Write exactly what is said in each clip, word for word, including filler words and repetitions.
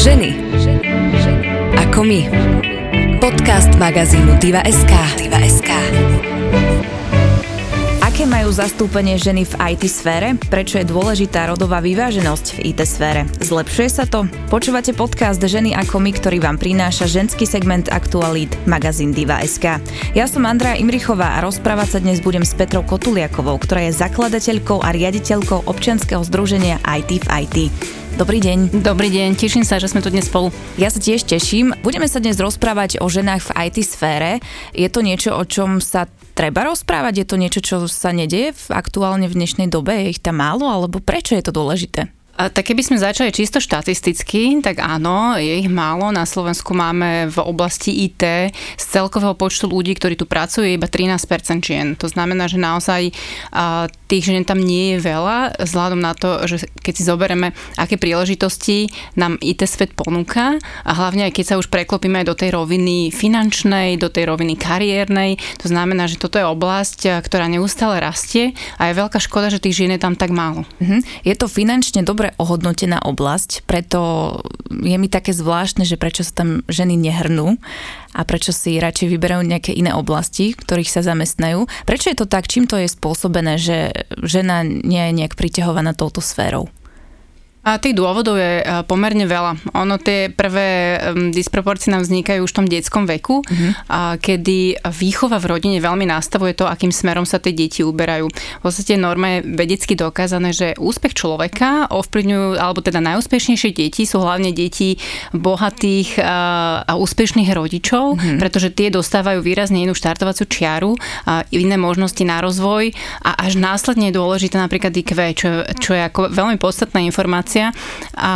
Ženy ako my. Podcast magazínu Diva bodka es ká. Diva bodka es ká. Aké majú zastúpenie ženy v í té sfére? Prečo je dôležitá rodová vyváženosť v í té sfére? Zlepšuje sa to? Počúvate podcast Ženy ako my, ktorý vám prináša ženský segment aktualít magazín Diva bodka es ká. Ja som Andrea Imrichová a rozprávať sa dnes budem s Petrou Kotuliakovou, ktorá je zakladateľkou a riaditeľkou občianskeho združenia í té v í té. Dobrý deň. Dobrý deň, teším sa, že sme tu dnes spolu. Ja sa tiež teším. Budeme sa dnes rozprávať o ženách v í té sfére. Je to niečo, o čom sa treba rozprávať? Je to niečo, čo sa nedeje v, aktuálne v dnešnej dobe? Je ich tam málo? Alebo prečo je to dôležité? A tak keby sme začali čisto štatisticky, tak áno, je ich málo. Na Slovensku máme v oblasti í té z celkového počtu ľudí, ktorí tu pracujú, iba trinásť percent žien. To znamená, že naozaj a, tých žien tam nie je veľa, vzhľadom na to, že keď si zoberieme, aké príležitosti nám í té svet ponúka a hlavne aj keď sa už preklopíme aj do tej roviny finančnej, do tej roviny kariérnej, to znamená, že toto je oblasť, ktorá neustále rastie a je veľká škoda, že tých žien je tam tak málo. Mhm. Je to finančne dobre ohodnotená oblasť, preto je mi také zvláštne, že prečo sa tam ženy nehrnú a prečo si radšej vyberajú nejaké iné oblasti, v ktorých sa zamestnajú. Prečo je to tak? Čím to je spôsobené, že žena nie je nejak priťahovaná touto sférou? A tých dôvodov je pomerne veľa. Ono tie prvé disproporcie nám vznikajú už v tom detskom veku, uh-huh. a kedy výchova v rodine veľmi nastavuje to, akým smerom sa tie deti uberajú. V podstate norme je vedecky dokázané, že úspech človeka ovplyvňujú, alebo teda najúspešnejšie deti sú hlavne deti bohatých a, a úspešných rodičov, uh-huh. pretože tie dostávajú výrazne inú štartovaciu čiaru, a iné možnosti na rozvoj a až následne je dôležité napríklad í kvé, čo, čo je ako veľmi podstatná informácia. A,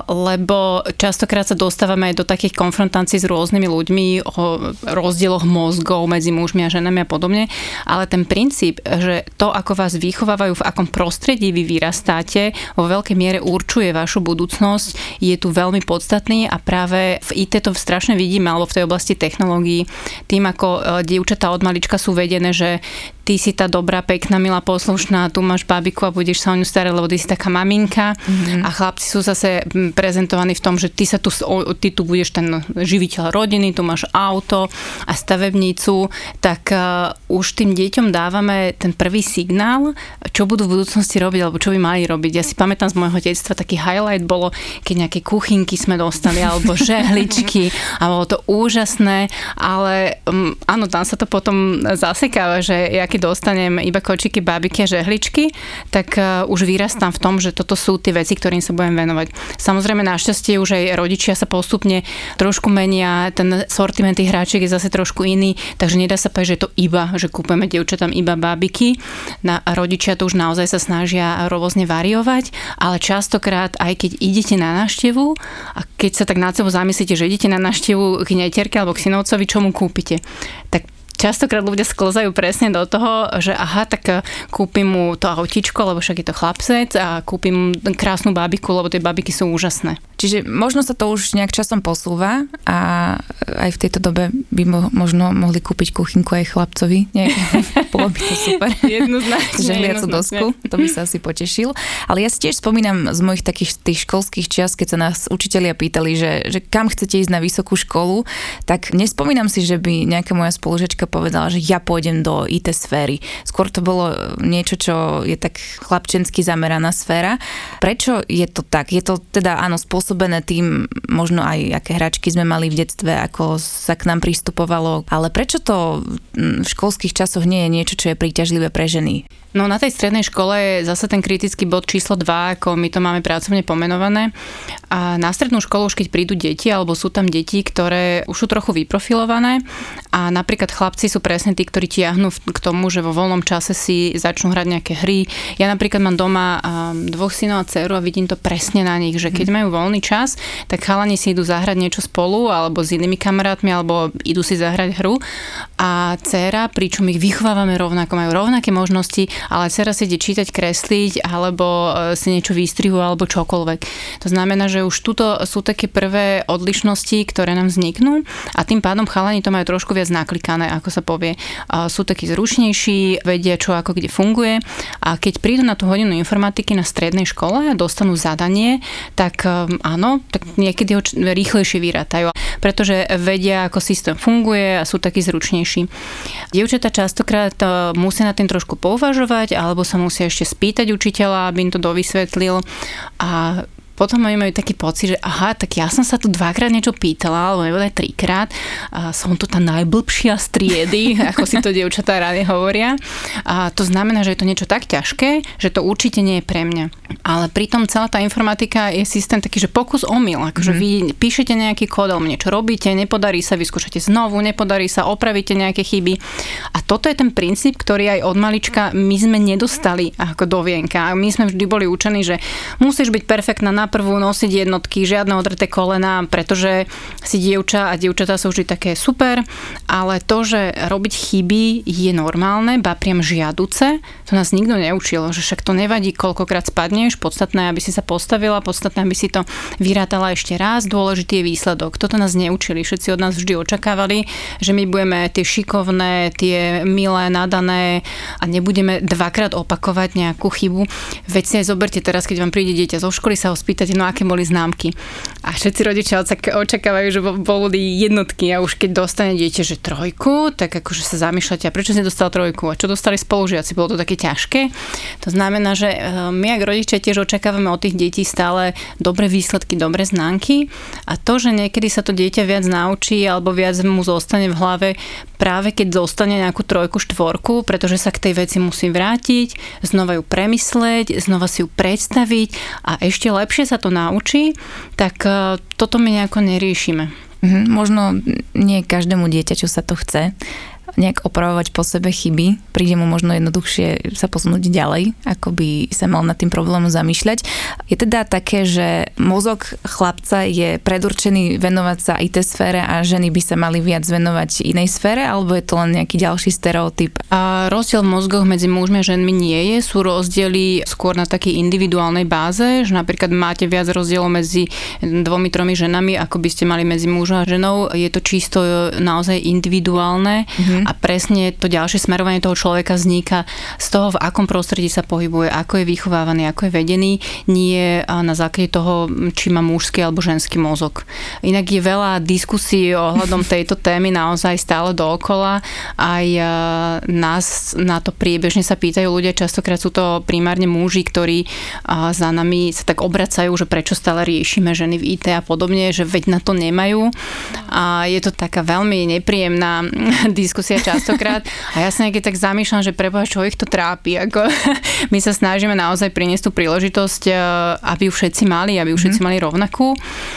lebo častokrát sa dostávame aj do takých konfrontácií s rôznymi ľuďmi o rozdieloch mozgov medzi mužmi a ženami a podobne, ale ten princíp, že to, ako vás vychovávajú, v akom prostredí vy vyrastáte, vo veľkej miere určuje vašu budúcnosť, je tu veľmi podstatný a práve v í té to strašne vidíme, alebo v tej oblasti technológií, tým ako dievčatá od malička sú vedené, že ty si tá dobrá, pekná, milá, poslušná, tu máš babiku a budeš sa o ňu starať, lebo ty si taká maminka. Mm-hmm. A chlapci sú zase prezentovaní v tom, že ty sa tu, ty tu budeš ten živiteľ rodiny, tu máš auto a stavebnicu, tak uh, už tým deťom dávame ten prvý signál, čo budú v budúcnosti robiť, alebo čo by mali robiť. Ja si pamätám z môjho detstva, taký highlight bolo, keď nejaké kuchynky sme dostali, alebo žehličky, a bolo to úžasné, ale um, áno, tam sa to potom zasekáva, že ja keď dostanem iba kočiky, bábiky a žehličky, tak uh, už vyrastám v tom, že toto sú tie veci, ktorým sa budem venovať. Samozrejme, našťastie už aj rodičia sa postupne trošku menia, ten sortiment tých hráčiek je zase trošku iný, takže nedá sa povedať, že je to iba, že kúpeme dievčatám iba bábiky. Na, rodičia to už naozaj sa snažia rôzne variovať, ale častokrát, aj keď idete na návštevu a keď sa tak nad sebou zamyslíte, že idete na návštevu k netierke alebo k synovcovi, čo mu kúpite, tak častokrát ľudia sklzajú presne do toho, že aha, tak kúpim mu to autíčko, lebo však je to chlapsec a kúpim krásnu babiku, lebo tie babiky sú úžasné. Čiže možno sa to už nejak časom posúva a aj v tejto dobe by mo- možno mohli kúpiť kuchynku aj chlapcovi. Nie, bolo by to super. Jednoznačne. Žehliacu dosku, to by sa asi potešil. Ale ja si tiež spomínam z mojich takých tých školských čias, keď sa nás učitelia pýtali, že, že kam chcete ísť na vysokú školu, tak nespomínam si, že by nejaká moja spolužiačka povedala, že ja pôjdem do í té sféry. Skôr to bolo niečo, čo je tak chlapčensky zameraná sféra. Prečo je to tak? Je to teda áno spôsobené tým, možno aj aké hračky sme mali v detstve, ako sa k nám pristupovalo, ale prečo to v školských časoch nie je niečo, čo je príťažlivé pre ženy? No na tej strednej škole je zase ten kritický bod číslo dva, ako my to máme pracovne pomenované. A na strednú školu už keď prídu deti, alebo sú tam deti, ktoré už sú trochu vyprofilované a napríklad chlapci sú presne tí, ktorí tiahnu k tomu, že vo voľnom čase si začnú hrať nejaké hry. Ja napríklad mám doma dvoch synov a dceru a vidím to presne na nich, že keď majú voľný čas, tak chalani si idú zahrať niečo spolu alebo s inými kamarátmi, alebo idú si zahrať hru a dcera, pričom ich vychovávame rovnako, majú rovnaké možnosti ale dcera si ide čítať, kresliť, alebo si niečo vystrihu, alebo čokoľvek. To znamená, že už tuto sú také prvé odlišnosti, ktoré nám vzniknú a tým pádom chalani to majú trošku viac naklikané, ako sa povie. Sú takí zručnejší, vedia, čo ako kde funguje a keď prídu na tú hodinu informatiky na strednej škole a dostanú zadanie, tak áno, tak niekedy ho rýchlejšie vyrátajú, pretože vedia, ako systém funguje a sú takí zručnejší. Dievčatá častokrát musia na tým trošku pouvažovať alebo sa musia ešte spýtať učiteľa, aby im to dovysvetlil a potom oni majú taký pocit, že aha, tak ja som sa tu dvakrát niečo pýtala, alebo nebo aj trikrát, a som tu tá najblbšia z triedy, ako si to dievčatá rádi hovoria. A to znamená, že je to niečo tak ťažké, že to určite nie je pre mňa. Ale pritom celá tá informatika je systém taký, že pokus omyl, akože mm. vy píšete nejaký kód, alebo niečo robíte, nepodarí sa, vyskúšate znovu, nepodarí sa, opravíte nejaké chyby. A toto je ten princíp, ktorý aj od malička my sme nedostali ako do vienka. A my sme vždy boli učení, že musíš byť perfektná na prvú, nosiť jednotky, žiadne odreté kolená, pretože si dievča a dievčatá sú vždy také super, ale to, že robiť chyby je normálne, ba priam žiaduce, to nás nikto neučil, že však to nevadí, koľkokrát spadneš, podstatné, aby si sa postavila, podstatné, aby si to vyrátala ešte raz, dôležitý je výsledok. Toto nás neučili, všetci od nás vždy očakávali, že my budeme tie šikovné, tie milé, nadané a nebudeme dvakrát opakovať nejakú chybu. Veď si aj zoberte teraz, keď vám príde dieťa zo školy, sa ho spýtate, no aké boli známky. A všetci rodičia očakávajú, že boli jednotky a už keď dostane dieťa, že trojku, tak akože sa zamýšľate, a prečo si dostal trojku a čo dostali spolužiaci, bolo to také ťažké. To znamená, že my ako rodičia tiež očakávame od tých detí stále dobré výsledky, dobré známky a to, že niekedy sa to dieťa viac naučí alebo viac mu zostane v hlave práve keď dostane nejakú trojku, štvorku, pretože sa k tej veci musí vrátiť, znova ju premysleť, znova si ju predstaviť a ešte lepšie sa to naučí, tak toto my nejako neriešime. Mhm, možno nie každému dieťaťu sa to chce nejak opravovať po sebe chyby. Príde mu možno jednoduchšie sa posunúť ďalej, ako by sa mal nad tým problémom zamýšľať. Je teda také, že mozog chlapca je predurčený venovať sa í té sfére a ženy by sa mali viac venovať inej sfére, alebo je to len nejaký ďalší stereotyp? A rozdiel v mozgoch medzi mužmi a ženmi nie je. Sú rozdiely skôr na takej individuálnej báze, že napríklad máte viac rozdielov medzi dvomi, tromi ženami, ako by ste mali medzi mužom a ženou. Je to čisto naozaj individuálne. Mm-hmm. A presne to ďalšie smerovanie toho človeka vzniká z toho, v akom prostredí sa pohybuje, ako je vychovávaný, ako je vedený, nie na základe toho, či má mužský alebo ženský mozog. Inak je veľa diskusí ohľadom tejto témy naozaj stále dookola. Aj nás na to priebežne sa pýtajú ľudia, častokrát sú to primárne muži, ktorí za nami sa tak obracajú, že prečo stále riešime ženy v í té a podobne, že veď na to nemajú. A je to taká veľmi nepríjemná diskusia častokrát. A ja sa niekedy tak zamýšľam, že preboha, čo ich to trápi. Ako, my sa snažíme naozaj priniesť tú príležitosť, aby ju všetci mali, aby ju všetci mali rovnakú.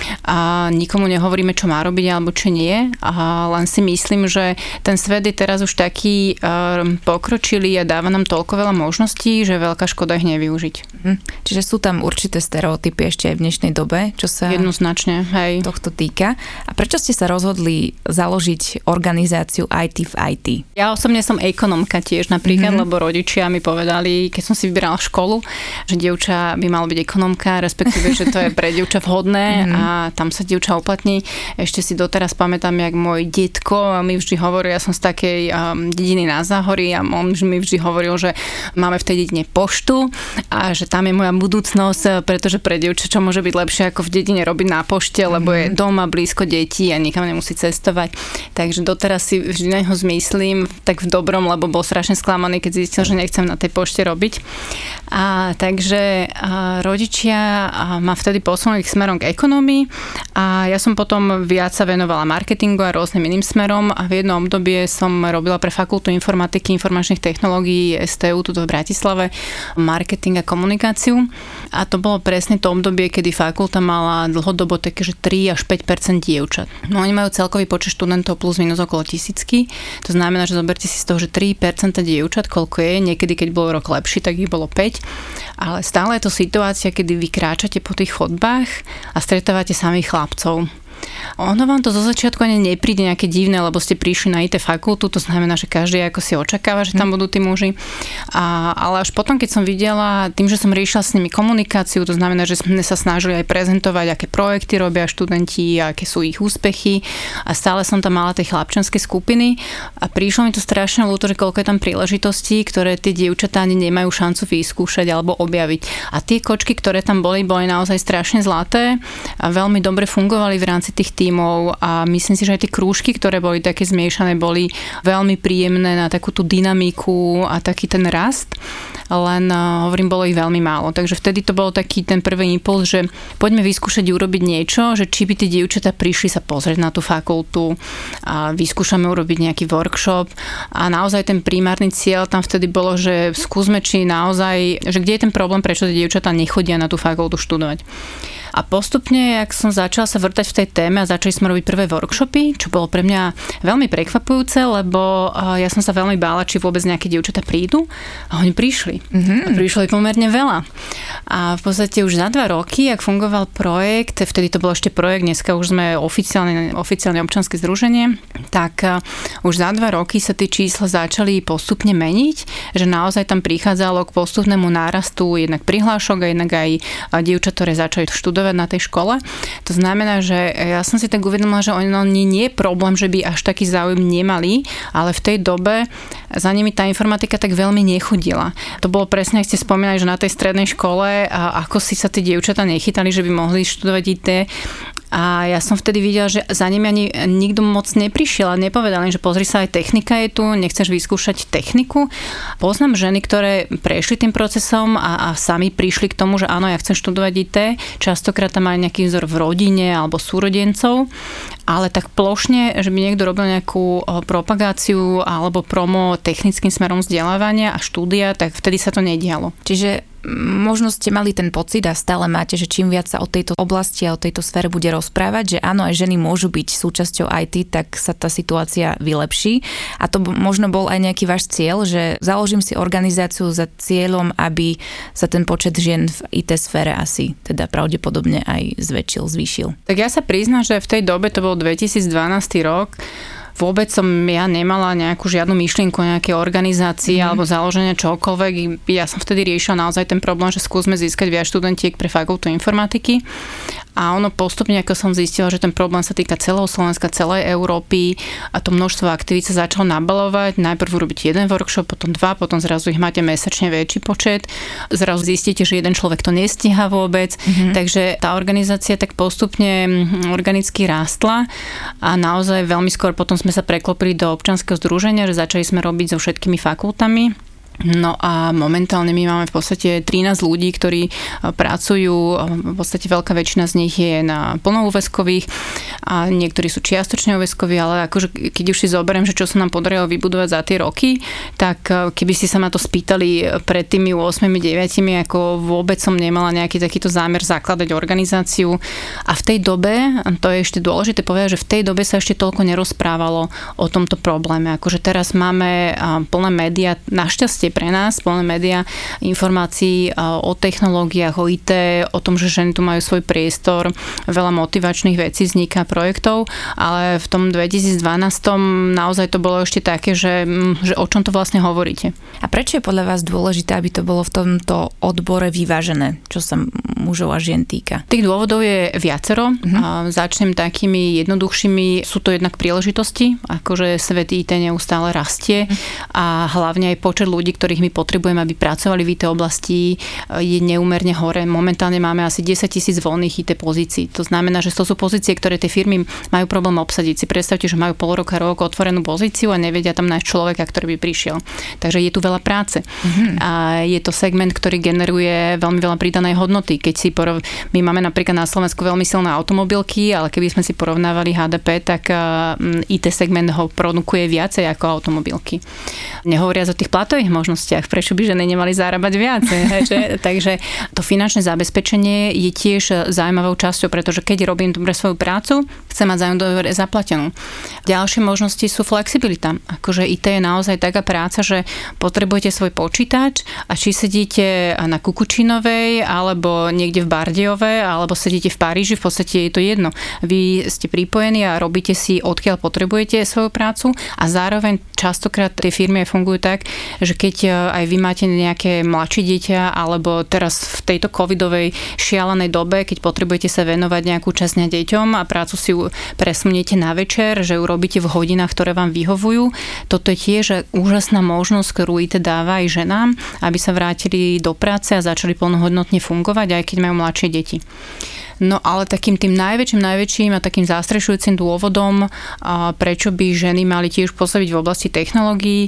A nikomu nehovoríme, čo má robiť alebo čo nie. A len si myslím, že ten svet je teraz už taký um, pokročilý a dáva nám toľko veľa možností, že veľká škoda ich nevyužiť. Hm. Čiže sú tam určité stereotypy ešte aj v dnešnej dobe, čo sa jednoznačne, hej. tohto týka. A prečo ste sa rozhodli založiť organizáciu í té v í té? Ja osobne som ekonomka tiež napríklad, mm-hmm. lebo rodičia mi povedali, keď som si vyberala školu, že dievča by malo byť ekonomka, respektíve, že to je pre dievča vhodné mm-hmm. a tam sa dievča uplatní. Ešte si doteraz pamätám, jak môj detko mi vždy hovoril, ja som z takej um, dediny na Záhorí a on mi vždy hovoril, že máme v tej dedine poštu a že tam je moja budúcnosť, pretože pre dievča čo môže byť lepšie ako v dedine robiť na pošte, lebo mm-hmm. je doma blízko detí a nikam nemusí cestovať. Takže doteraz si vždy na ňo zmyslím, tak v dobrom, lebo bol strašne sklamaný, keď zistil, že nechcem na tej pošte robiť. A takže a rodičia a ma vtedy posunuli k smerom k ekonomii a ja som potom viac sa venovala marketingu a rôznym iným smerom a v jednom obdobie som robila pre fakultu informatiky, informačných technológií es té ú tuto v Bratislave marketing a komunikáciu a to bolo presne to obdobie, kedy fakulta mala dlhodobo také, že tri až päť percent dievčat. No oni majú celkový počet študentov plus minus okolo tisícky. To znamená, že zoberte si z toho, že tri percentá dievčat, koľko je, niekedy keď bol rok lepší, tak ich bolo päť, ale stále je to situácia, kedy vy kráčate po tých chodbách a stretávate samých chlapcov. ono vám to zo začiatku ani nepríde nejaké divné, lebo ste prišli na í té fakultu, to znamená, že každý ako si očakáva, že tam budú tí muži. A, ale až potom, keď som videla, tým, že som riešila s nimi komunikáciu, to znamená, že sme sa snažili aj prezentovať, aké projekty robia študenti, aké sú ich úspechy a stále som tam mala tie chlapčenské skupiny a prišlo mi to strašne ľúto, že koľko je tam príležitostí, ktoré tie dievčatá ani nemajú šancu vyskúšať alebo objaviť. A tie kočky, ktoré tam boli, boli naozaj strašne zlaté a veľmi dobre fungovali v rámci tých tímov a myslím si, že aj tie krúžky, ktoré boli také zmiešané, boli veľmi príjemné na takú tú dynamiku a taký ten rast, len hovorím, bolo ich veľmi málo. Takže vtedy to bol taký ten prvý impuls, že poďme vyskúšať urobiť niečo, že či by tie dievčatá prišli sa pozrieť na tú fakultu a vyskúšame urobiť nejaký workshop a naozaj ten primárny cieľ tam vtedy bolo, že skúsme, či naozaj, že kde je ten problém, prečo tie dievčatá nechodia na tú fakultu študovať. A postupne, jak som začala sa vrtať v tej téme a začali sme robiť prvé workshopy, čo bolo pre mňa veľmi prekvapujúce, lebo ja som sa veľmi bála, či vôbec nejaké dievčatá prídu a oni prišli. Mm-hmm. Prišlo ich pomerne veľa. A v podstate už za dva roky, ak fungoval projekt, vtedy to bol ešte projekt, dneska už sme oficiálne, oficiálne občianske združenie, tak už za dva roky sa tie čísla začali postupne meniť, že naozaj tam prichádzalo k postupnému nárastu jednak prihlášok a jednak aj dievčat, ktoré začali študovať na tej škole. To znamená, že ja som si tak uvedomila, že oni nie je problém, že by až taký záujem nemali, ale v tej dobe za nimi tá informatika tak veľmi nechodila. To bolo presne, ak ste spomínali, že na tej strednej škole a ako si sa tie dievčatá nechytali, že by mohli študovať í té. A ja som vtedy videla, že za nimi ani nikto moc neprišiel a nepovedal, že pozri sa, aj technika je tu, nechceš vyskúšať techniku. Poznám ženy, ktoré prešli tým procesom a, a sami prišli k tomu, že áno, ja chcem študovať í té. Častokrát tam majú nejaký vzor v rodine alebo súrodencov, ale tak plošne, že by niekto robil nejakú propagáciu alebo promo technickým smerom vzdelávania a štúdia, tak vtedy sa to nedialo. Čiže možno ste mali ten pocit a stále máte, že čím viac sa o tejto oblasti a o tejto sfére bude rozprávať, že áno, aj ženy môžu byť súčasťou í té, tak sa tá situácia vylepší. A to možno bol aj nejaký váš cieľ, že založím si organizáciu za cieľom, aby sa ten počet žien v í té sfére asi teda pravdepodobne aj zväčšil, zvýšil. Tak ja sa priznám, že v tej dobe, to bol dvetisícdvanásty rok, vôbec som ja nemala nejakú žiadnu myšlienku o nejakej organizácii mm. alebo založenia čokoľvek. Ja som vtedy riešila naozaj ten problém, že skúsme získať viac študentiek pre fakultu informatiky. A ono postupne, ako som zistila, že ten problém sa týka celého Slovenska, celej Európy a to množstvo aktivít sa začalo nabalovať. Najprv urobiť jeden workshop, potom dva, potom zrazu ich máte mesačne väčší počet. Zrazu zistíte, že jeden človek to nestíha vôbec. Mm-hmm. Takže tá organizácia tak postupne organicky rástla a naozaj veľmi skôr potom sme sa preklopili do občianskeho združenia, že začali sme robiť so všetkými fakultami. No a momentálne my máme v podstate trinásť ľudí, ktorí pracujú, v podstate veľká väčšina z nich je na plnoúväzkových a niektorí sú čiastočne úväzkoví, ale akože keď už si zoberiem, že čo sa nám podarilo vybudovať za tie roky, tak keby ste sa ma to spýtali pred tými ôsmimi deviatimi, ako vôbec som nemala nejaký takýto zámer zakladať organizáciu a v tej dobe, to je ešte dôležité povedať, že v tej dobe sa ešte toľko nerozprávalo o tomto probléme. Akože teraz máme plné médiá, našťastie pre nás, plné médiá informácií o technológiách, o í té, o tom, že ženy tu majú svoj priestor, veľa motivačných vecí vzniká projektov, ale v tom dvetisícdvanásť naozaj to bolo ešte také, že, že o čom to vlastne hovoríte. A prečo je podľa vás dôležité, aby to bolo v tomto odbore vyvážené, čo sa mužov a žien týka? Tých dôvodov je viacero. Uh-huh. Začnem takými jednoduchšími, sú to jednak príležitosti, akože svet í té neustále rastie uh-huh. a hlavne aj počet ľudí, ktorých my potrebujeme, aby pracovali v í té oblasti, je neúmerne hore. Momentálne máme asi desaťtisíc voľných í té pozícií. To znamená, že to sú pozície, ktoré tie firmy majú problém obsadiť. Si predstavte, že majú pol roka, rok otvorenú pozíciu a nevedia tam nájsť človeka, ktorý by prišiel. Takže je tu veľa práce. Mm-hmm. A je to segment, ktorý generuje veľmi veľa pridanej hodnoty. Keď si porov... My máme napríklad na Slovensku veľmi silné automobilky, ale keby sme si porovnávali há dé pé, tak í té segment ho produkuje viacej ako automobilky. Nehovoriac o tých platových možnostiach. Prečo by ženy nemali zarábať viac? Takže to finančné zabezpečenie je tiež zaujímavou časťou, pretože keď robím dobre svoju prácu, chcem mať zájom dobre zaplatenú. Ďalšie možnosti sú flexibilita. Akože í té je naozaj taká práca, že potrebujete svoj počítač a či sedíte na Kukučinovej alebo niekde v Bardejove alebo sedíte v Paríži, v podstate je to jedno. Vy ste pripojení a robíte si odkiaľ potrebujete svoju prácu a zároveň častokrát tie firmy fungujú tak, že keď aj vy máte nejaké mladšie dieťa alebo teraz v tejto covidovej šialenej dobe, keď potrebujete sa venovať nejakú časť na deťom a prácu si presuniete na večer, že ju robíte v hodinách, ktoré vám vyhovujú. Toto je tiež úžasná možnosť, ktorú í té dáva aj ženám, aby sa vrátili do práce a začali plnohodnotne fungovať, aj keď majú mladšie deti. No ale takým tým najväčším, najväčším a takým zastrešujúcim dôvodom, prečo by ženy mali tiež pôsobiť v oblasti technológií,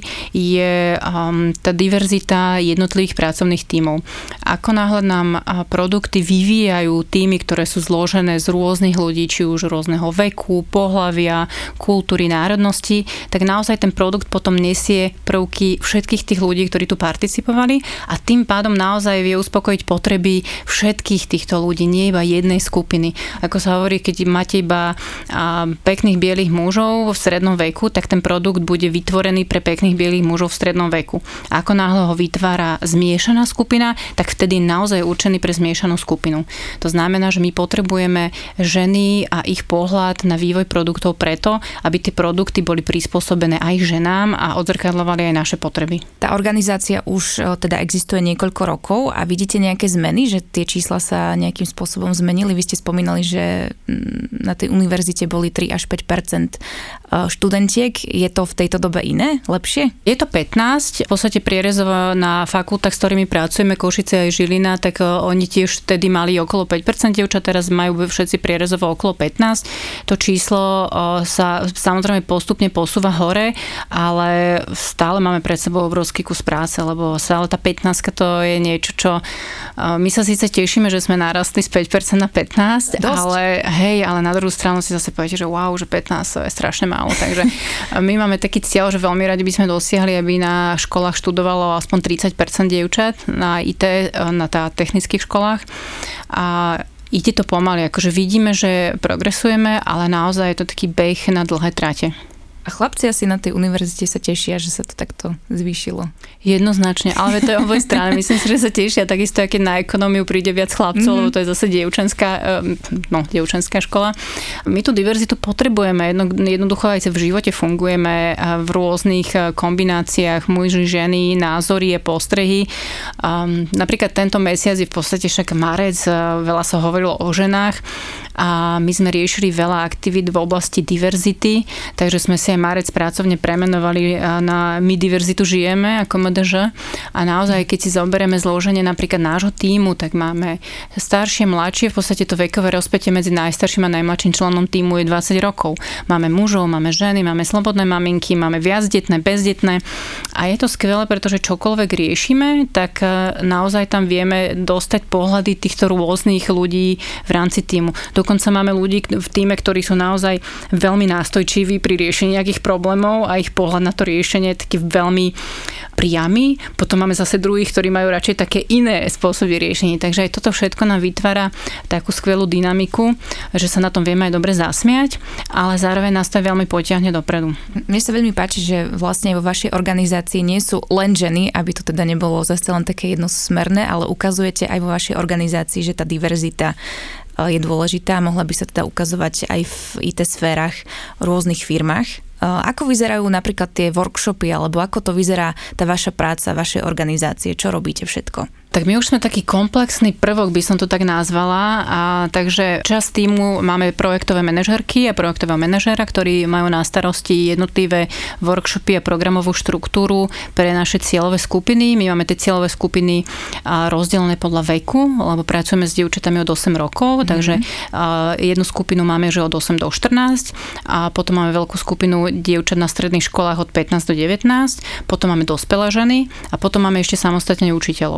je tá diverzita jednotlivých pracovných tímov. Ako náhle nám produkty vyvíjajú týmy, ktoré sú zložené z rôznych ľudí, či už rôzneho veku, pohlavia, kultúry, národnosti, tak naozaj ten produkt potom nesie prvky všetkých tých ľudí, ktorí tu participovali a tým pádom naozaj vie uspokojiť potreby všetkých týchto ľudí, nie iba jednej skupiny. Ako sa hovorí, keď máte iba pekných bielých mužov v strednom veku, tak ten produkt bude vytvorený pre pekných bielých mužov v strednom veku. A ako náhle ho vytvára zmiešaná skupina, tak vtedy je naozaj určený pre zmiešanú skupinu. To znamená, že my potrebujeme ženy a ich pohľad na vývoj produktov preto, aby tie produkty boli prispôsobené aj ženám a odzrkadľovali aj naše potreby. Tá organizácia už teda existuje niekoľko rokov a vidíte nejaké zmeny, že tie čísla sa nejakým spôsobom zmenili? Vy ste spomínali, že na tej univerzite boli tri až päť percent študentiek. Je to v tejto dobe iné? Lepšie? Je to pätnásť. V podstate prierezovo na fakultách, s ktorými pracujeme, Košice aj Žilina, tak oni tiež vtedy mali okolo päť percent dievčat, teraz majú všetci prierezovo okolo pätnásť. To číslo sa samozrejme postupne posúva hore, ale stále máme pred sebou obrovský kus práce, lebo stále tá pätnástka to je niečo, čo my sa síce tešíme, že sme narastli z päť percent na pätnásť, Dosť. ale hej, ale na druhú stranu si zase poviete, že wow, že pätnásť to je strašne málo, takže my máme taký cieľ, že veľmi radi by sme dosiahli, aby na školách študovalo aspoň tridsať percent dievčat na í té, na tá technických školách a ide to pomaly, akože vidíme, že progresujeme, ale naozaj je to taký beh na dlhé trate. A chlapci asi na tej univerzite sa tešia, že sa to takto zvýšilo. Jednoznačne, ale to je oboj strany. Myslím si, že sa tešia takisto, keď na ekonómiu príde viac chlapcov, mm-hmm. lebo to je zase dievčenská, no, dievčenská škola. My tú diverzitu potrebujeme. Jedno, jednoducho aj v živote fungujeme v rôznych kombináciách muži, ženy, názory a postrehy. Um, napríklad tento mesiac je v podstate však marec, veľa sa hovorilo o ženách a my sme riešili veľa aktivít v oblasti diverzity, takže sme si aj marec pracovne premenovali na My diverzitu žijeme ako em dé žé a naozaj, keď si zoberieme zloženie napríklad nášho tímu, tak máme staršie, mladšie, v podstate to vekové rozpätie medzi najstarším a najmladším členom tímu je dvadsať rokov. Máme mužov, máme ženy, máme slobodné maminky, máme viacdetné, bezdetné a je to skvelé, pretože čokoľvek riešime, tak naozaj tam vieme dostať pohľady týchto rôznych ľudí v rámci tímu. Dokonca máme ľudí v tíme, ktorí sú naozaj veľmi nástojčiví pri riešení nejakých problémov a ich pohľad na to riešenie je taký veľmi priamy. Potom máme zase druhých, ktorí majú radšej také iné spôsoby riešení. Takže aj toto všetko nám vytvára takú skvelú dynamiku, že sa na tom vieme aj dobre zasmiať, ale zároveň nás to veľmi potiahne dopredu. Mne sa veľmi páči, že vlastne vo vašej organizácii nie sú len ženy, aby to teda nebolo zase len také jednosmerné, ale ukazujete aj vo vašej organizácii, že tá diverzita je dôležitá, mohla by sa teda ukazovať aj v í té sférach, v rôznych firmách. Ako vyzerajú napríklad tie workshopy, alebo ako to vyzerá tá vaša práca, vašej organizácie? Čo robíte všetko? Tak my už sme taký komplexný prvok, by som to tak nazvala. A takže časť týmu máme projektové manažérky a projektového manažéra, ktorí majú na starosti jednotlivé workshopy a programovú štruktúru pre naše cieľové skupiny. My máme tie cieľové skupiny rozdelené podľa veku, lebo pracujeme s dievčatami od osem rokov, mm-hmm. takže jednu skupinu máme, že od osem do štrnásť a potom máme veľkú skupinu dievčat na stredných školách od pätnásť do devätnásť, potom máme dospelé ženy a potom máme ešte samostatne učiteľov.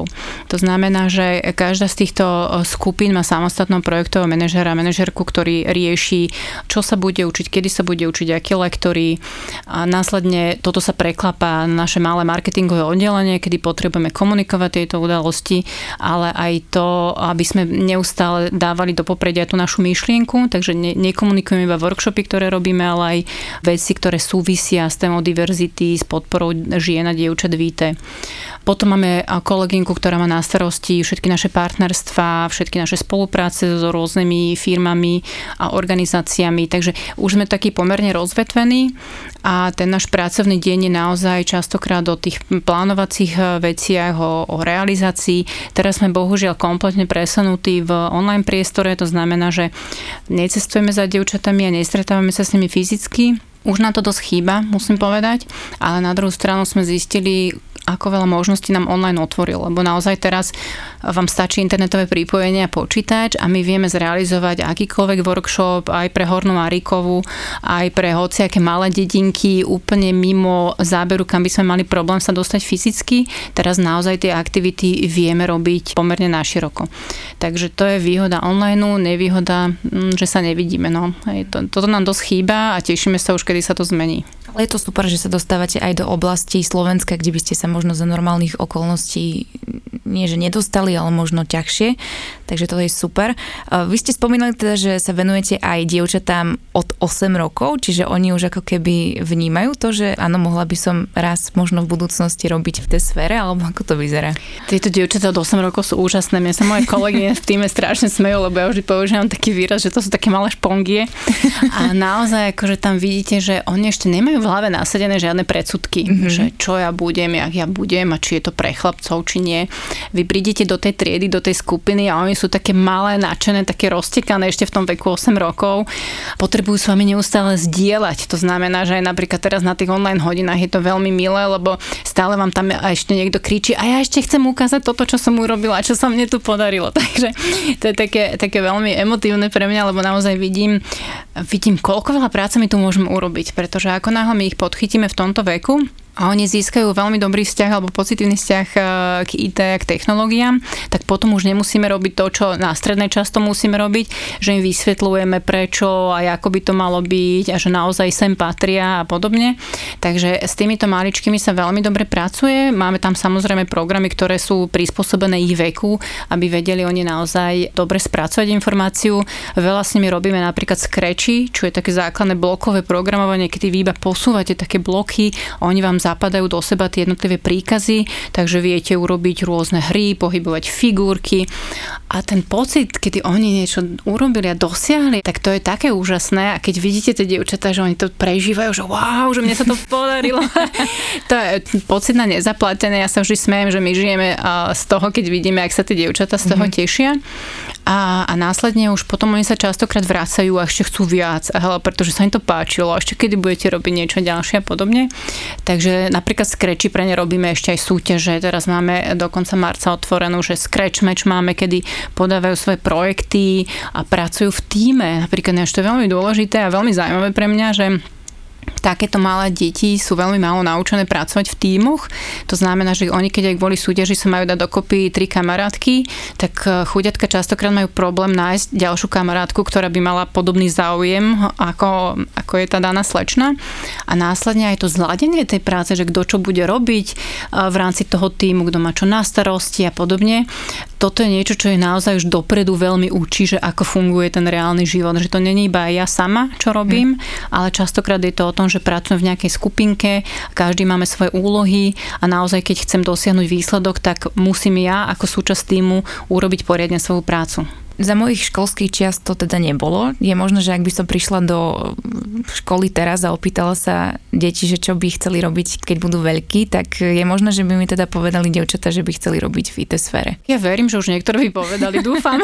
To znamená, že každá z týchto skupín má samostatného projektového manažera, manažerku, ktorý rieši, čo sa bude učiť, kedy sa bude učiť, aké lektory. A následne toto sa preklapá na naše malé marketingové oddelenie, kedy potrebujeme komunikovať tieto udalosti, ale aj to, aby sme neustále dávali do popredia tú našu myšlienku, takže ne, nekomunikujeme iba workshopy, ktoré robíme, ale aj veci, ktoré súvisia s témou diverzity, s podporou žien a dievčat vé té. Potom máme kolegynku, ktorá má na starosti všetky naše partnerstvá, všetky naše spolupráce so rôznymi firmami a organizáciami, takže už sme takí pomerne rozvetvení a ten náš pracovný deň je naozaj častokrát o tých plánovacích veciach, o, o realizácii. Teraz sme bohužiaľ kompletne presunutí v online priestore, to znamená, že necestujeme za dievčatami a nestretávame sa s nimi fyzicky. Už na to dosť chýba, musím povedať, ale na druhú stranu sme zistili, ako veľa možností nám online otvoril, lebo naozaj teraz vám stačí internetové pripojenie a počítač a my vieme zrealizovať akýkoľvek workshop aj pre Hornú Marikovu, aj pre hociaké malé dedinky úplne mimo záberu, kam by sme mali problém sa dostať fyzicky. Teraz naozaj tie aktivity vieme robiť pomerne naširoko. Takže to je výhoda online, nevýhoda, že sa nevidíme. No. Toto nám dosť chýba a tešíme sa už, kedy sa to zmení. Ale je to super, že sa dostávate aj do oblasti Slovenska, kde by ste sa možno za normálnych okolností nie že nedostali, ale možno ťažšie. Takže to je super. Vy ste spomínali teda, že sa venujete aj dievčatám od osem rokov, čiže oni už ako keby vnímajú to, že áno, mohla by som raz možno v budúcnosti robiť v tej sfére, alebo ako to vyzerá? Tieto dievčatá od osem rokov sú úžasné. Mne sa moje kolegyne v týme strašne smejú, lebo ja vždy používam taký výraz, že to sú také malé špongie. A naozaj akože tam vidíte, že oni ešte nemajú v hlave nasadené žiadne predsudky, mm-hmm. že čo ja budem, jak ja budem a či je to pre chlapcov, či nie. Vy prídete do tej triedy, do tej skupiny a oni sú také malé, nadšené, také roztekané ešte v tom veku osem rokov. Potrebujú s vami neustále zdieľať. To znamená, že aj napríklad teraz na tých online hodinách je to veľmi milé, lebo stále vám tam ešte niekto kričí a ja ešte chcem ukázať toto, čo som urobila, čo sa mne tu podarilo. Takže to je také, také veľmi emotívne pre mňa, lebo naozaj vidím, vidím, koľko veľa práce my tu môžeme urobiť, pretože ako náhle my ich podchytíme v tomto veku, a oni získajú veľmi dobrý vzťah alebo pozitívny vzťah k í té, k technológiám, tak potom už nemusíme robiť to, čo na strednej často musíme robiť, že im vysvetľujeme prečo a ako by to malo byť a že naozaj sem patria a podobne. Takže s týmito maličkými sa veľmi dobre pracuje. Máme tam samozrejme programy, ktoré sú prispôsobené ich veku, aby vedeli oni naozaj dobre spracovať informáciu. Veľa s nimi robíme napríklad Scratchy, čo je také základné blokové programovanie, kedy vy iba posúvate také bloky a oni vám zapadajú do seba tie jednotlivé príkazy, takže viete urobiť rôzne hry, pohybovať figurky a ten pocit, kedy oni niečo urobili a dosiahli, tak to je také úžasné a keď vidíte tie dievčatá, že oni to prežívajú, že wow, že mne sa to podarilo. To je pocit na nezaplatené. Ja sa vždy smejem, že my žijeme z toho, keď vidíme, ak sa tie dievčatá z toho mm-hmm. tešia. A, a následne už potom oni sa častokrát vracajú a ešte chcú viac, ale pretože sa im to páčilo, a ešte kedy budete robiť niečo ďalšie a podobne. Takže napríklad Scratchy pre ne robíme ešte aj súťaže. Teraz máme do konca marca otvorenú, že Scratch Match máme, kedy podávajú svoje projekty a pracujú v tíme. Napríklad ešte veľmi dôležité a veľmi zaujímavé pre mňa, že takéto malé deti sú veľmi málo naučené pracovať v tímoch. To znamená, že oni keď aj kvôli súťaži sa majú dať dokopy tri kamarátky, tak chudiatka častokrát majú problém nájsť ďalšiu kamarátku, ktorá by mala podobný záujem, ako, ako je tá daná slečna. A následne aj to zladenie tej práce, že kto čo bude robiť v rámci toho tímu, kto má čo na starosti a podobne. Toto je niečo, čo je naozaj už dopredu veľmi učí, že ako funguje ten reálny život. Že to nie je iba ja sama, čo robím, hmm. ale častokrát je to o tom, že pracujem v nejakej skupinke, každý máme svoje úlohy a naozaj, keď chcem dosiahnuť výsledok, tak musím ja ako súčasť týmu urobiť poriadne svoju prácu. Za mojich školských čiast to teda nebolo. Je možné, že ak by som prišla do školy teraz a opýtala sa deti, že čo by chceli robiť, keď budú veľkí, tak je možné, že by mi teda povedali dievčatá, že by chceli robiť v í té sfére. Ja verím, že už niektoré by povedali, dúfam.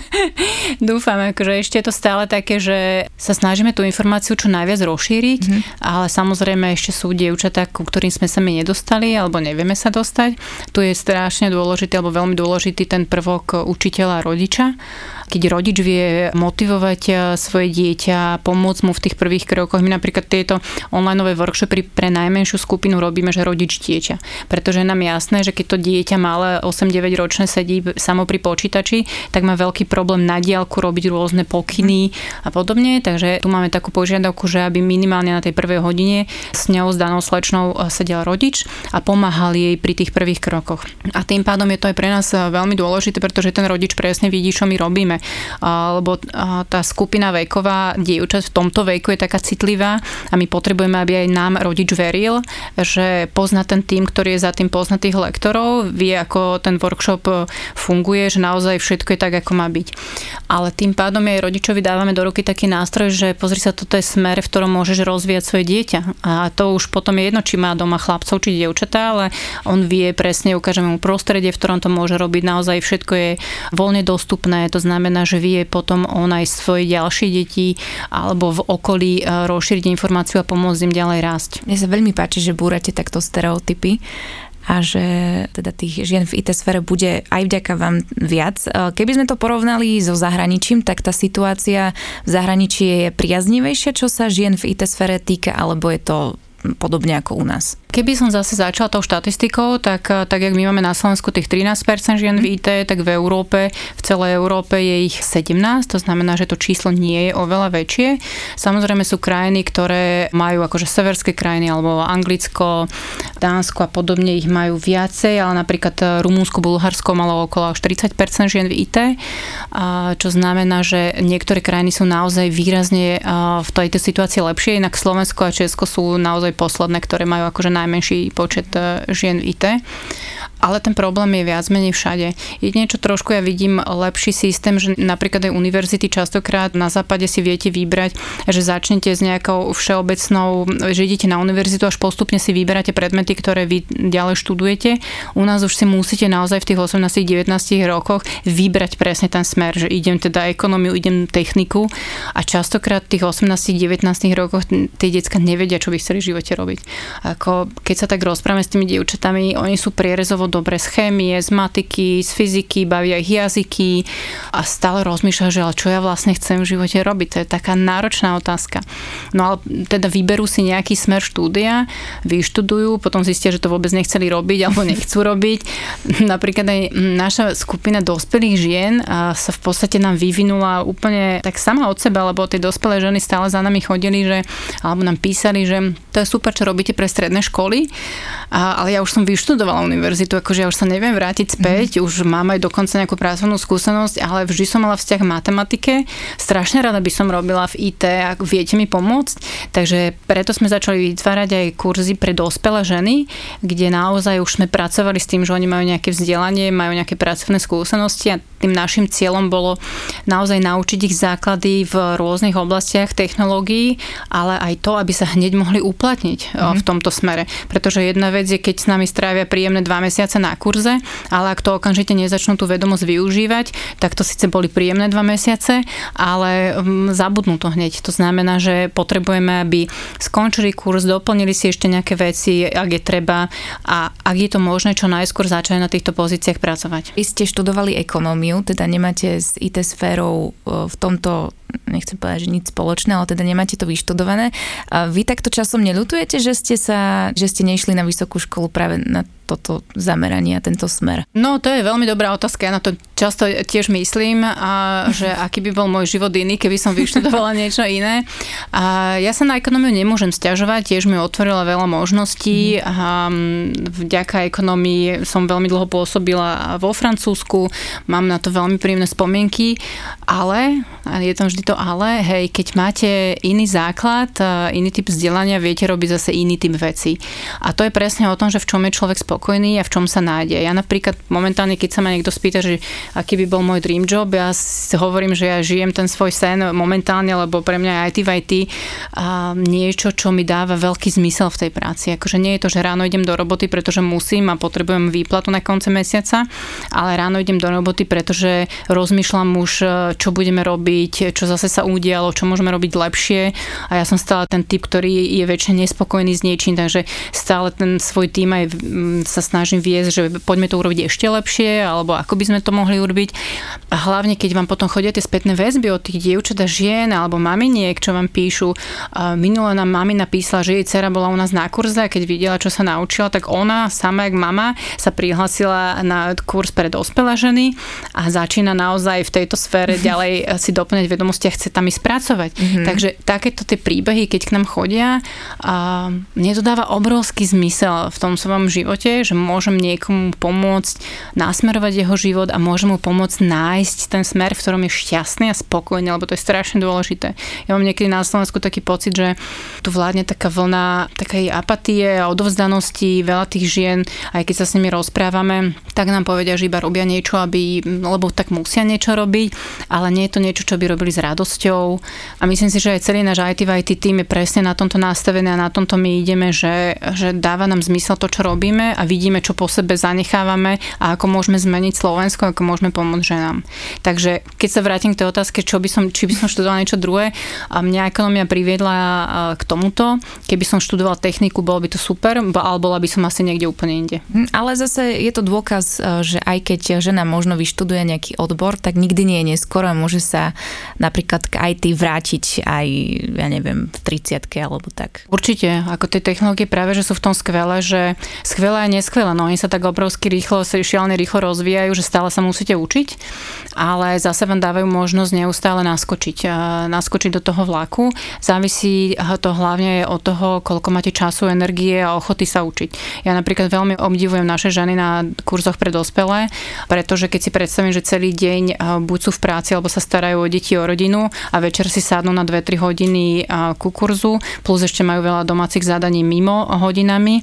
Dúfam, akože ešte je to stále také, že sa snažíme tú informáciu čo najviac rozšíriť, mm-hmm. ale samozrejme ešte sú dievčatá, ku ktorým sme sa my nedostali alebo nevieme sa dostať. Tu je strašne dôležitý alebo veľmi dôležitý ten prvok učiteľa a rodiča. keď rodič vie motivovať svoje dieťa, pomôcť mu v tých prvých krokoch. My napríklad tieto onlineové workshopy pre najmenšiu skupinu robíme, že rodič dieťa. Pretože je nám jasné, že keď to dieťa malé osem deväť ročné sedí samo pri počítači, tak má veľký problém na diaľku robiť rôzne pokyny a podobne. Takže tu máme takú požiadavku, že aby minimálne na tej prvej hodine s ňou, s danou slečnou sedel rodič a pomáhal jej pri tých prvých krokoch. A tým pádom je to aj pre nás veľmi dôležité, pretože ten rodič presne vidí, čo my robíme. Lebo tá skupina veková dievčat v tomto veku je taká citlivá a my potrebujeme, aby aj nám rodič veril, že pozná ten tým, ktorý je za tým, pozná tých lektorov, vie, ako ten workshop funguje, že naozaj všetko je tak, ako má byť. Ale tým pádom aj rodičovi dávame do ruky taký nástroj, že pozri sa, toto je smer, v ktorom môžeš rozvíjať svoje dieťa. A to už potom je jedno, či má doma chlapcov, či dievčatá, ale on vie presne, ukážeme mu prostredie, v ktorom to môže robiť. Naozaj všetko je voľne dostupné. To znamená, že vie potom on aj svoje ďalšie deti alebo v okolí rozšíriť informáciu a pomôcť im ďalej rásť. Mne sa veľmi páči, že búrate takto stereotypy a že teda tých žien v í té sfére bude aj vďaka vám viac. Keby sme to porovnali so zahraničím, tak tá situácia v zahraničí je priaznivejšia, čo sa žien v í té sfére týka, alebo je to podobne ako u nás? Keby som zase začala tou štatistikou, tak, tak jak my máme na Slovensku tých trinásť percent žien v í té, tak v Európe, v celej Európe je ich sedemnásť, to znamená, že to číslo nie je oveľa väčšie. Samozrejme sú krajiny, ktoré majú akože severské krajiny, alebo Anglicko, Dánsko a podobne, ich majú viacej, ale napríklad Rumunsko, Bulharsko malo okolo štyridsať percent žien v í té, čo znamená, že niektoré krajiny sú naozaj výrazne v tejto situácii lepšie, inak Slovensko a Česko sú naozaj posledné, ktoré majú akože najmenší počet žien v í té. Ale ten problém je viac menej všade. Jedine, čo trošku ja vidím lepší systém, že napríklad aj univerzity častokrát na západe si viete vybrať, že začnete s nejakou všeobecnou, že idete na univerzitu, až postupne si vyberáte predmety, ktoré vy ďalej študujete. U nás už si musíte naozaj v tých osemnásť devätnásť rokoch vybrať presne ten smer, že idem teda ekonómiu, idem techniku a častokrát v tých osemnásť devätnásť rokoch tie decká nevedia, čo by chceli v živote robiť. Ako keď sa tak rozprávame s tými dievčatami, oni sú prierezovo dobre z chémie, z matiky, z fyziky, bavia ich jazyky a stále rozmýšľajú, že ale čo ja vlastne chcem v živote robiť. To je taká náročná otázka. No ale teda vyberú si nejaký smer štúdia, vyštudujú, potom zistia, že to vôbec nechceli robiť alebo nechcú robiť. Napríklad aj naša skupina dospelých žien sa v podstate nám vyvinula úplne tak sama od seba, lebo tie dospelé ženy stále za nami chodili, že, alebo nám písali, že to je super, čo robíte pre stredné školy, ale ja už som vyštudovala univerzitu, akože ja už sa neviem vrátiť späť, mm. už mám aj dokonca nejakú pracovnú skúsenosť, ale vždy som mala vzťah k matematike. Strašne rada by som robila v í té, ak viete mi pomôcť. Takže preto sme začali vytvárať aj kurzy pre dospelé ženy, kde naozaj už sme pracovali s tým, že oni majú nejaké vzdelanie, majú nejaké pracovné skúsenosti a tým našim cieľom bolo naozaj naučiť ich základy v rôznych oblastiach technológií, ale aj to, aby sa hneď mohli uplatniť mm. v tomto smere. Pretože jedna vec je, keď s nami strávia príjemné dva mesiace na kurze, ale ak to okamžite nezačnú tú vedomosť využívať, tak to síce boli príjemné dva mesiace, ale zabudnú to hneď. To znamená, že potrebujeme, aby skončili kurz, doplnili si ešte nejaké veci, ak je treba a ak je to možné, čo najskôr začať na týchto pozíciách pracovať. Vy ste študovali ekonómiu, teda nemáte s í té sférou v tomto, nechcem povedať, že nič spoločné, ale teda nemáte to vyštudované. A vy takto časom neľutujete, že ste sa, že ste nešli na vysokú školu práve na toto zameranie a tento smer? No, to je veľmi dobrá otázka. Ja na to často tiež myslím, a že aký by bol môj život iný, keby som vyštudovala niečo iné. A ja sa na ekonómiu nemôžem sťažovať, tiež mi otvorila veľa možností. Mm. A vďaka ekonómii som veľmi dlho pôsobila vo Francúzsku, mám na to veľmi príjemné spomienky, ale, je tam vždy to ale, hej, keď máte iný základ, iný typ vzdelania, viete robiť zase iný typ veci. A to je presne o tom, že v čom je človek spokojný a v čom sa nájde. Ja napríklad momentálne, keď sa ma niekto spýta, že aký by bol môj dream job, ja si hovorím, že ja žijem ten svoj sen momentálne, lebo pre mňa je í té v í té a niečo, čo mi dáva veľký zmysel v tej práci. Akože nie je to, že ráno idem do roboty, pretože musím a potrebujem výplatu na konci mesiaca, ale ráno idem do roboty, pretože rozmýšľam už, čo budeme robiť urobiť, čo zase sa udialo, čo môžeme robiť lepšie. A ja som stále ten typ, ktorý je väčšine nespokojný s niečím, takže stále ten svoj tým aj sa snažím viesť, že poďme to urobiť ešte lepšie, alebo ako by sme to mohli urobiť. A hlavne, keď vám potom chodia tie spätné väzby od tých dievčat a žien alebo maminiek, čo vám píšu. Minule nám mamina písala, že jej dcera bola u nás na kurze a keď videla, čo sa naučila, tak ona sama, jak mama, sa prihlásila na kurz pre dospelé ženy a začína naozaj v tejto sfére ďalej si doplňať vedomosti a chce tam ísť pracovať. Mm-hmm. Takže takéto tie príbehy, keď k nám chodia, a mne to dáva obrovský zmysel v tom svojom živote, že môžem niekomu pomôcť nasmerovať jeho život a môžem mu pomôcť nájsť ten smer, v ktorom je šťastný a spokojný, lebo to je strašne dôležité. Ja mám niekedy na Slovensku taký pocit, že tu vládne taká vlna takej apatie a odovzdanosti, veľa tých žien, aj keď sa s nimi rozprávame, tak nám povedia, že iba robia niečo, aby, lebo tak musia niečo robiť, ale nie je to niečo, čo by robili s radosťou. A myslím si, že aj celý náš í té v í té tým je presne na tomto nastavený a na tomto my ideme, že, že dáva nám zmysel to, čo robíme a vidíme, čo po sebe zanechávame a ako môžeme zmeniť Slovensko, ako môžeme pomôcť ženám. Takže keď sa vrátim k tej otázke, čo by som, či by som študovala niečo druhé, a mňa ekonomia priviedla k tomuto. Keby som študovala techniku, bolo by to super, ale bola by som asi niekde úplne inde. Ale zase je to dôkaz, že aj keď žena možno vyštuduje nejaký odbor, tak nikdy nie je neskoro a môže sa napríklad k í té vrátiť aj, ja neviem, v tridsiatke alebo tak. Určite, ako tie technológie práve, že sú v tom skvelé, že skvelé a neskvelé, no oni sa tak obrovsky rýchlo, sa šialne rýchlo rozvíjajú, že stále sa musíte učiť, ale zase vám dávajú možnosť neustále naskočiť, naskočiť do toho vlaku. Závisí to hlavne od toho, koľko máte času, energie a ochoty sa učiť. Ja napríklad veľmi obdivujem naše ženy na kurzoch pre dospelé, pretože keď si predstavím, že celý deň buď sú v práci, alebo sa starajú o deti, o rodinu a večer si sadnú na dve tri hodiny ku kurzu, plus ešte majú veľa domácich zadaní mimo hodinami.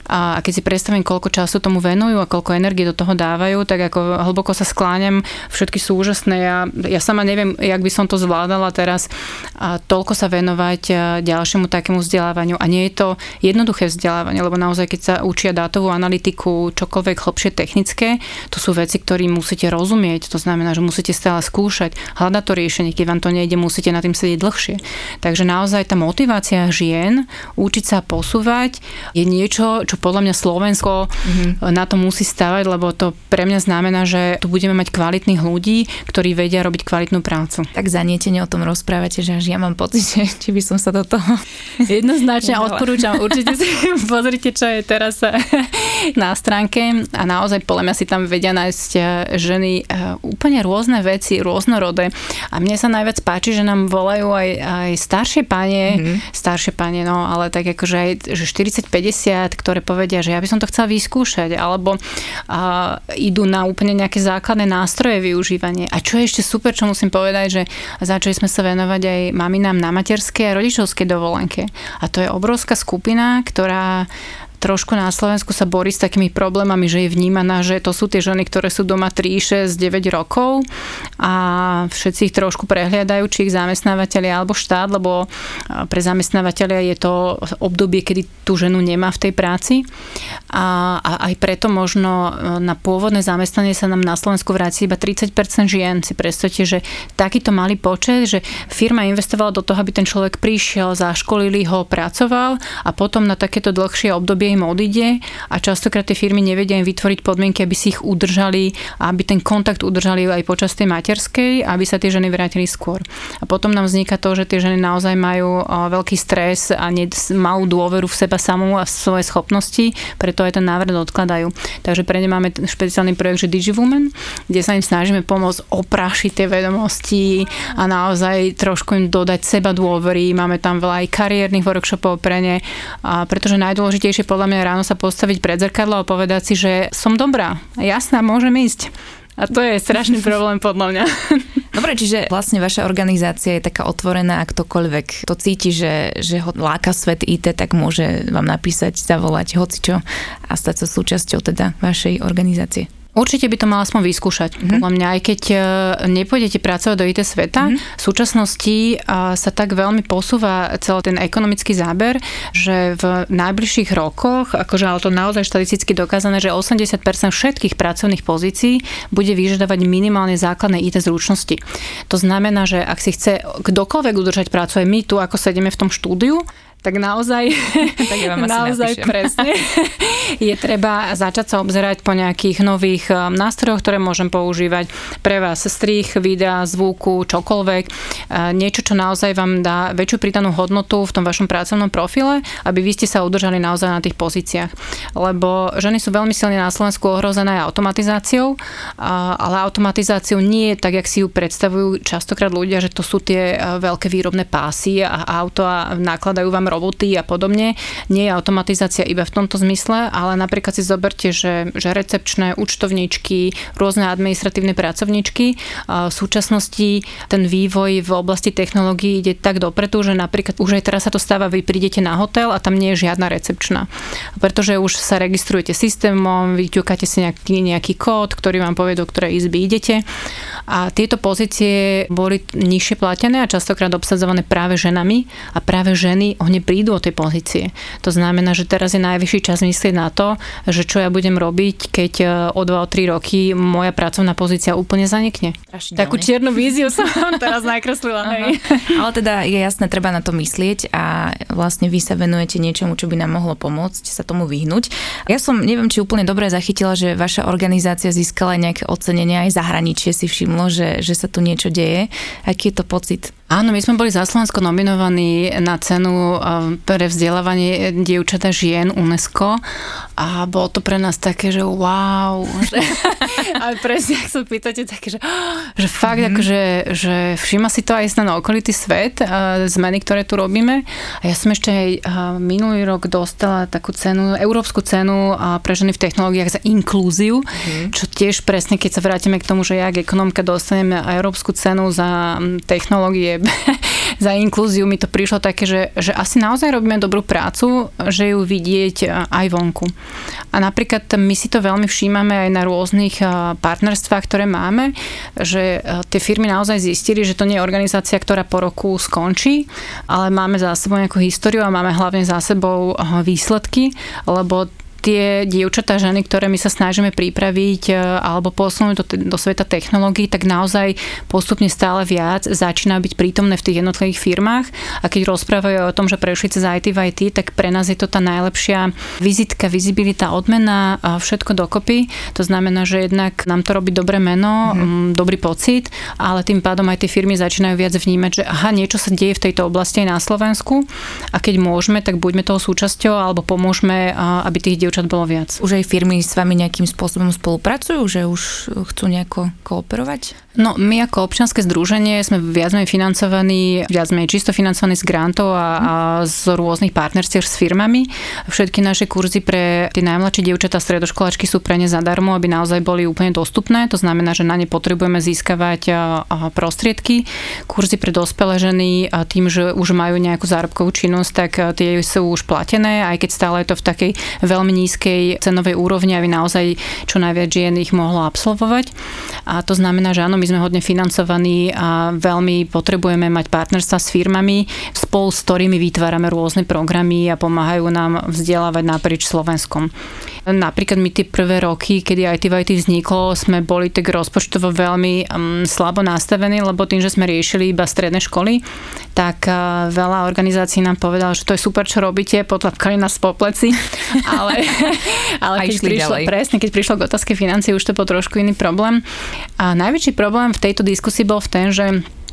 A keď si predstavím, koľko času tomu venujú a koľko energie do toho dávajú, tak ako hlboko sa skláňam, všetky sú úžasné. Ja, ja sama neviem, jak by som to zvládala teraz a toľko sa venovať ďalšiemu takému vzdelávaniu. A nie je to jednoduché vzdelávanie, lebo naozaj, keď sa učia dátovú analytiku, čokoľvek hlbšie technické, to sú veci, ktoré musíte rozumieť. To znamená, že musíte stále skúšať, hľadať to riešenie, keď vám to nejde, musíte na tým sedieť dlhšie. Takže naozaj tá motivácia žien učiť sa posúvať je niečo, čo podľa mňa Slovensko mm-hmm. na to musí stavať, lebo to pre mňa znamená, že tu budeme mať kvalitných ľudí, ktorí vedia robiť kvalitnú prácu. Tak zanietene o tom rozprávate, že až ja mám pocit, že či by som sa do toho jednoznačne odporúčam. Určite si pozrite, čo je teraz na stránke a naozaj podľa mňa si tam vedia nájsť ženy úplne rôzne veci, rôznorodé. A mne sa najviac páči, že nám volajú aj, aj staršie panie, mm-hmm. staršie panie, no ale tak akože aj že štyridsať päťdesiat, ktoré povedia, že ja by som to chcela vyskúšať, alebo a, idú na úplne nejaké základné nástroje využívanie. A čo je ešte super, čo musím povedať, že začali sme sa venovať aj maminám na materskej a rodičovskej dovolenke. A to je obrovská skupina, ktorá trošku na Slovensku sa borí s takými problémami, že je vnímaná, že to sú tie ženy, ktoré sú doma tri, šesť, deväť rokov a všetci ich trošku prehliadajú, či ich zamestnávateľia alebo štát, lebo pre zamestnávateľia je to obdobie, kedy tú ženu nemá v tej práci a, a aj preto možno na pôvodné zamestnanie sa nám na Slovensku vráti iba tridsať percent žien. Si predstavte, že takýto malý počet, že firma investovala do toho, aby ten človek prišiel, zaškolili ho, pracoval a potom na takéto dlhšie obdobie im odíde a častokrát tie firmy nevedia im vytvoriť podmienky, aby si ich udržali a aby ten kontakt udržali aj počas tej materskej, aby sa tie ženy vrátili skôr. A potom nám vzniká to, že tie ženy naozaj majú veľký stres a malú dôveru v seba samú a svoje schopnosti, preto aj ten návrat odkladajú. Takže pre ne máme špeciálny projekt, že DigiWoman, kde sa im snažíme pomôcť oprášiť tie vedomosti a naozaj trošku im dodať seba dôvery. Máme tam veľa aj kariérnych workshopov pre ne, a pretože najdôležitejšie podľa mňa ráno sa postaviť pred zrkadlo a povedať si, že som dobrá, jasná, môžem ísť. A to je strašný problém podľa mňa. Dobre, čiže vlastne vaša organizácia je taká otvorená a ktokoľvek to cíti, že, že ho láka svet í té, tak môže vám napísať, zavolať hocičo a stať sa súčasťou teda vašej organizácie. Určite by to mal aspoň vyskúšať. Mm-hmm. Podľa mňa, aj keď nepôjdete pracovať do í té sveta, mm-hmm. v súčasnosti sa tak veľmi posúva celý ten ekonomický záber, že v najbližších rokoch, akože ale to naozaj štatisticky dokázané, že osemdesiat percent všetkých pracovných pozícií bude vyžadovať minimálne základné í té zručnosti. To znamená, že ak si chce kdokoľvek udržať prácu, aj my tu, ako sedíme v tom štúdiu, tak naozaj, tak ja vám naozaj presne je treba začať sa obzerať po nejakých nových nástrojoch, ktoré môžem používať pre vás, strih, videa, zvuku, čokoľvek. Niečo, čo naozaj vám dá väčšiu pridanú hodnotu v tom vašom pracovnom profile, aby vy ste sa udržali naozaj na tých pozíciách. Lebo ženy sú veľmi silne na Slovensku ohrozené automatizáciou, ale automatizáciou nie je tak, jak si ju predstavujú častokrát ľudia, že to sú tie veľké výrobné pásy a auto a nakladajú vám roboty a podobne. Nie je automatizácia iba v tomto zmysle, ale napríklad si zoberte, že, že recepčné účtovníčky, rôzne administratívne pracovníčky. V súčasnosti ten vývoj v oblasti technológií ide tak dopredu, že napríklad už aj teraz sa to stáva, vy prídete na hotel a tam nie je žiadna recepčná. Pretože už sa registrujete systémom, vyťukáte si nejaký, nejaký kód, ktorý vám povie, do ktorej izby idete. A tieto pozície boli nižšie platené a častokrát obsadzované práve ženami a práve ženy oni prídu o tej pozície. To znamená, že teraz je najvyšší čas myslieť na to, že čo ja budem robiť, keď o dva, o tri roky moja pracovná pozícia úplne zanikne. Takú čiernu víziu som teraz nakreslila. Hej. Ale teda je jasné, treba na to myslieť a vlastne vy sa venujete niečomu, čo by nám mohlo pomôcť sa tomu vyhnúť. Ja som, neviem, či úplne dobre zachytila, že vaša organizácia získala nejaké ocenenia, aj zahraničie si všimlo, že, že sa tu niečo deje. Aký je to pocit? Áno, my sme boli za Slovensko nominovaní na cenu pre vzdelávanie dievčat a žien UNESCO a bolo to pre nás také, že wow. Že, ale presne, ak sa pýtate, také, že, že fakt, mm-hmm. akože, že všíma si to aj na okolitý svet, zmeny, ktoré tu robíme. A ja som ešte aj minulý rok dostala takú cenu, európsku cenu pre ženy v technológiách za inklúziu, mm-hmm. čo tiež presne, keď sa vrátime k tomu, že ja, ekonomka, dostaneme európsku cenu za technológie za inklúziu, mi to prišlo také, že, že asi naozaj robíme dobrú prácu, že ju vidieť aj vonku. A napríklad my si to veľmi všímame aj na rôznych partnerstvách, ktoré máme, že tie firmy naozaj zistili, že to nie je organizácia, ktorá po roku skončí, ale máme za sebou nejakú históriu a máme hlavne za sebou výsledky, lebo tie dievčatá, ženy, ktoré my sa snažíme pripraviť alebo posunúť do, do sveta technológií, tak naozaj postupne stále viac začínajú byť prítomné v tých jednotlivých firmách a keď rozprávajú o tom, že prešli cez í té v í té, tak pre nás je to tá najlepšia vizitka, vizibilita, odmena a všetko dokopy. To znamená, že jednak nám to robí dobré meno, mm-hmm. dobrý pocit, ale tým pádom aj tie firmy začínajú viac vnímať, že aha, niečo sa deje v tejto oblasti aj na Slovensku a keď môžeme, tak buďme toho súčasťou alebo pomôžme, aby tých dievčat bolo viac. Už aj firmy s vami nejakým spôsobom spolupracujú, že už chcú nejako kooperovať? No, my ako občianske združenie sme viac menej financovaní, viac menej čisto financovaní z grantov a, a z rôznych partnerstiev s firmami. Všetky naše kurzy pre tie najmladšie dievčatá stredoškoláčky sú pre ne zadarmo, aby naozaj boli úplne dostupné. To znamená, že na ne potrebujeme získavať prostriedky. Kurzy pre dospelé ženy tým, že už majú nejakú zárobkovú činnosť, tak tie sú už platené, aj keď stále je to v takej veľmi nízkej cenovej úrovni, aby naozaj čo najviac žien ich mohlo absolvovať. A to znamená, že áno, my sme hodne financovaní a veľmi potrebujeme mať partnerstva s firmami, spolu s ktorými vytvárame rôzne programy a pomáhajú nám vzdelávať naprieč Slovenskom. Napríklad my tie prvé roky, kedy í té v í té vzniklo, sme boli tak rozpočtovo veľmi um, slabo nastavení, lebo tým, že sme riešili iba stredné školy, tak uh, veľa organizácií nám povedalo, že to je super, čo robíte, potlapkali nás po pleci, ale, ale keď prišlo, presne, keď prišlo k otázke financií, už to bol trošku iný problém. A najväčší problém v tejto diskusii bol v tom, že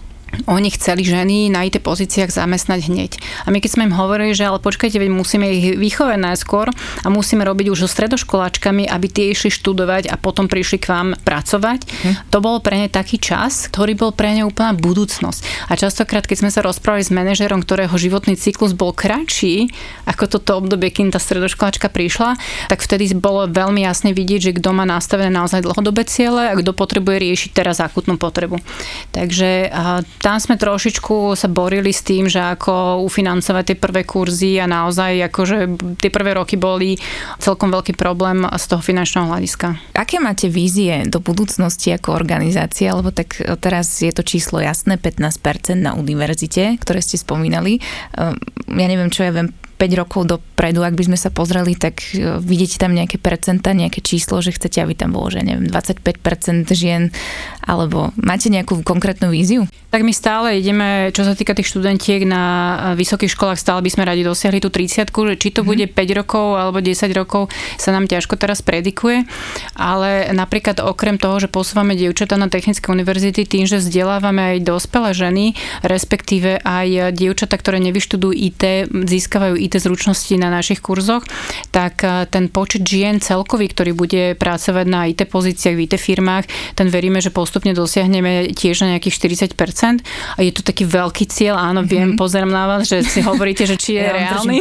oni chceli ženy na í té pozíciách zamestnať hneď. A my keď sme im hovorili, že ale počkajte, veď musíme ich vychovať najskôr a musíme robiť už so stredoškoláčkami, aby tie išli študovať a potom prišli k vám pracovať. Hm. To bol pre ne taký čas, ktorý bol pre ne úplná budúcnosť. A častokrát, keď sme sa rozprávali s manažérom, ktorého životný cyklus bol kratší ako toto obdobie, kým tá stredoškoláčka prišla, tak vtedy bolo veľmi jasne vidieť, že kto má nastavené naozaj dlhodobé ciele a kto potrebuje riešiť teraz akútnu potrebu. Takže tam sme trošičku sa borili s tým, že ako ufinancovať tie prvé kurzy a naozaj akože tie prvé roky boli celkom veľký problém z toho finančného hľadiska. Aké máte vízie do budúcnosti ako organizácia? Lebo tak teraz je to číslo jasné, pätnásť percent na univerzite, ktoré ste spomínali. Ja neviem, čo ja viem, päť rokov dopredu, ak by sme sa pozreli, tak vidíte tam nejaké percenta, nejaké číslo, že chcete, aby tam bolo, že neviem, dvadsaťpäť percent žien, alebo máte nejakú konkrétnu víziu? Tak my stále ideme, čo sa týka tých študentiek na vysokých školách, stále by sme radi dosiahli tú tridsiatku, že či to bude päť rokov alebo desať rokov, sa nám ťažko teraz predikuje, ale napríklad okrem toho, že posúvame dievčatá na technické univerzity tým, že vzdelávame aj dospelé ženy, respektíve aj dievčatá, ktoré nevyštudujú í té, získavajú í té zručnosti na našich kurzoch, tak ten počet žien celkový, ktorý bude pracovať na í té pozíciách v í té firmách, ten veríme, že postupne dosiahneme tiež na nejakých štyridsať percent. A je to taký veľký cieľ, áno, viem, mm-hmm. pozerám na vás, že si hovoríte, že či je ja reálny.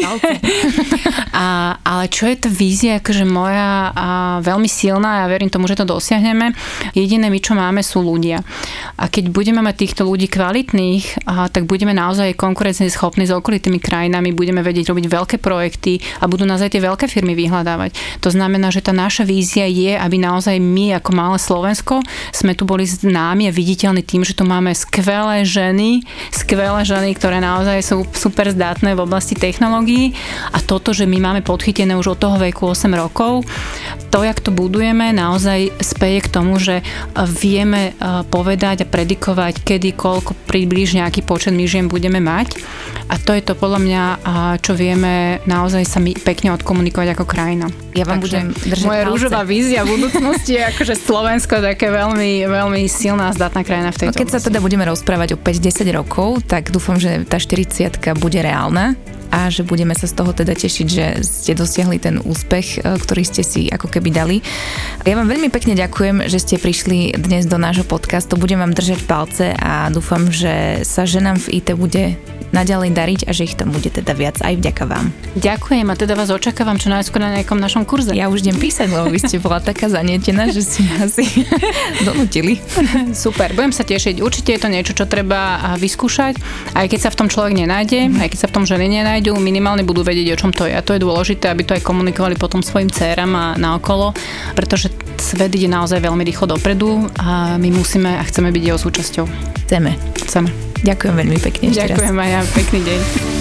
a, ale čo je tá vízia, akože moja a veľmi silná, ja verím tomu, že to dosiahneme. Jediné my, čo máme, sú ľudia. A keď budeme mať týchto ľudí kvalitných, a, tak budeme naozaj konkurenčne schopní s okolitými krajinami, budeme vedieť robiť veľké projekty a budú nás aj tie veľké firmy vyhľadávať. To znamená, že tá naša vízia je, aby naozaj my ako malé Slovensko sme tu boli známi a viditeľní tým, že tu máme skvelé ženy, skvelé ženy, ktoré naozaj sú super zdatné v oblasti technológií a toto, že my máme podchytené už od toho veku osem rokov, to, jak to budujeme, naozaj speje k tomu, že vieme povedať a predikovať, kedy, koľko približne, aký počet my žien budeme mať a to je to podľa mňa, čo vieme naozaj sa my pekne odkomunikovať ako krajina. Ja vám Takže budem držať moja palce. Rúžová vízia v budúcnosti je akože Slovensko také veľmi, veľmi silná a zdatná krajina v tejto no, keď oblasti. Sa teda budeme rozprávať o päť desať rokov, tak dúfam, že tá štyridsiatka bude reálna a že budeme sa z toho teda tešiť, že ste dosiahli ten úspech, ktorý ste si ako keby dali. Ja vám veľmi pekne ďakujem, že ste prišli dnes do nášho podcastu. Budem vám držať palce a dúfam, že sa ženám v í té bude naďalej dariť a že ich tam bude teda viac aj vďaka vám. Ďakujem a teda vás očakávam čo najskôr na nejakom našom kurze. Ja už idem písať, lebo vy ste bola taká zanietená, že ste asi donútili. Super, budem sa tešiť. Určite je to niečo, čo treba vyskúšať, aj keď sa v tom človek nenájde, aj keď sa v tom ženy nenájdu, minimálne budú vedieť, o čom to je. A to je dôležité, aby to aj komunikovali potom svojim dcéram a naokolo, pretože svet ide naozaj veľmi rýchlo dopredu a my musíme a chceme byť jeho súčasťou. Chceme. Chceme. Ďakujem veľmi pekne ešte raz. Ďakujem aj ja, pekný deň.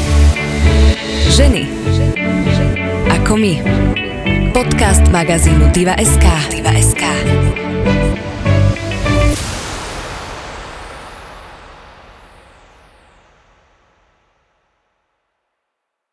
Ženy ako my. Podcast magazínu Diva bodka es ká. Diva bodka es ká.